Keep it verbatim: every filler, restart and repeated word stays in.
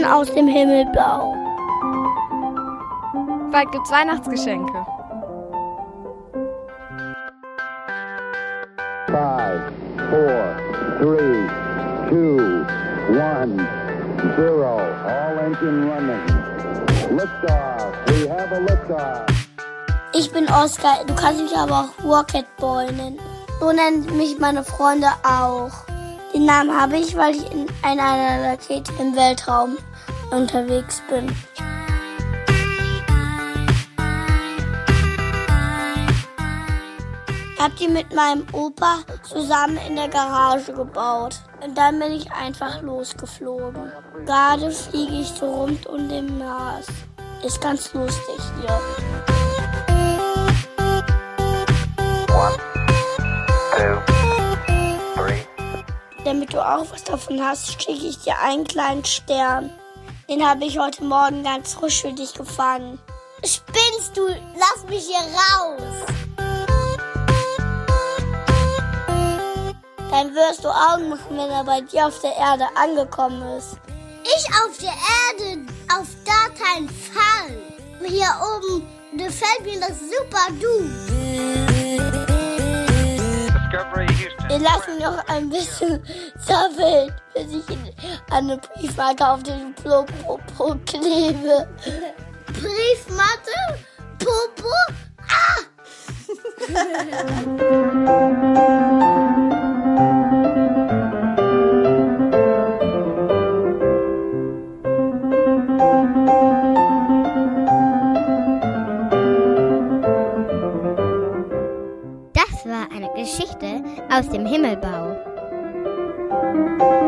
aus dem Himmelblau. Bald gibt's Weihnachtsgeschenke. Five, four, three, two, one, zero. All engine running. Liftoff. We have a liftoff. Ich bin Oskar, du kannst mich aber auch Rocket Boy nennen. So nennen mich meine Freunde auch. Den Namen habe ich, weil ich in einer Rakete im Weltraum unterwegs bin. Ich habe die mit meinem Opa zusammen in der Garage gebaut. Und dann bin ich einfach losgeflogen. Gerade fliege ich so rund um den Mars. Ist ganz lustig hier. One, two, three. Damit du auch was davon hast, schicke ich dir einen kleinen Stern. Den habe ich heute Morgen ganz frisch für dich gefangen. Spinnst du? Lass mich hier raus! Dann wirst du Augen machen, wenn er bei dir auf der Erde angekommen ist. Ich auf der Erde? Auf gar keinen Fall. Hier oben gefällt mir das super du. Wir lassen noch ein bisschen zerfällt, bis ich ihn an eine Briefmarke auf den Popo klebe. Briefmarke? Popo? Ah! Das war eine Geschichte aus dem Himmelbau.